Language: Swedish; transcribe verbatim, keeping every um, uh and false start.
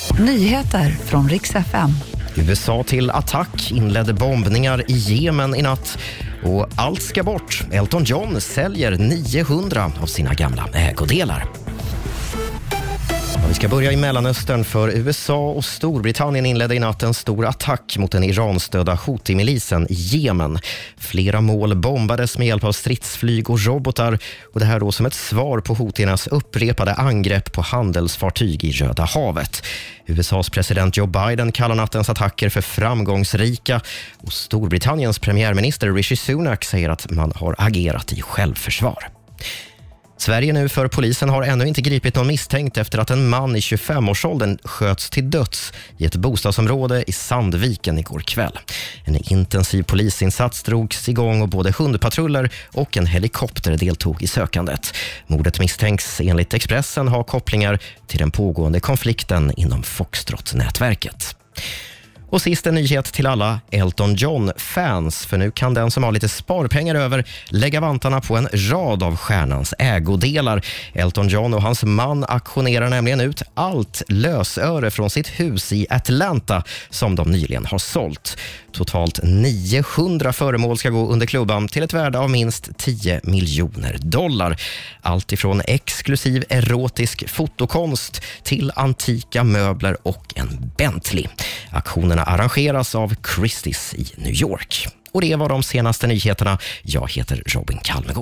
Nyheter från Rix F M. U S A till attack, inledde bombningar i Jemen i natt och allt ska bort. Elton John säljer niohundra av sina gamla ägodelar. Vi ska börja i Mellanöstern, för U S A och Storbritannien inledde i natt en stor attack mot den Iran-stödda Houthi-milisen i Jemen. Flera mål bombades med hjälp av stridsflyg och robotar, och det här då som ett svar på Houthiernas upprepade angrepp på handelsfartyg i Röda havet. U S A:s president Joe Biden kallar nattens attacker för framgångsrika, och Storbritanniens premiärminister Rishi Sunak säger att man har agerat i självförsvar. Sverige nu, för polisen har ännu inte gripit någon misstänkt efter att en man i tjugofem-årsåldern sköts till döds i ett bostadsområde i Sandviken igår kväll. En intensiv polisinsats drogs igång och både hundpatruller och en helikopter deltog i sökandet. Mordet misstänks enligt Expressen ha kopplingar till den pågående konflikten inom Foxtrot-nätverket. Och sist en nyhet till alla Elton John-fans, för nu kan den som har lite sparpengar över lägga vantarna på en rad av stjärnans ägodelar. Elton John och hans man auktionerar nämligen ut allt lösöre från sitt hus i Atlanta som de nyligen har sålt. Totalt niohundra föremål ska gå under klubban till ett värde av minst tio miljoner dollar. Allt ifrån exklusiv erotisk fotokonst till antika möbler och en Bentley. Auktionerna arrangeras av Christie's i New York. Och det var de senaste nyheterna. Jag heter Robin Kalmegård.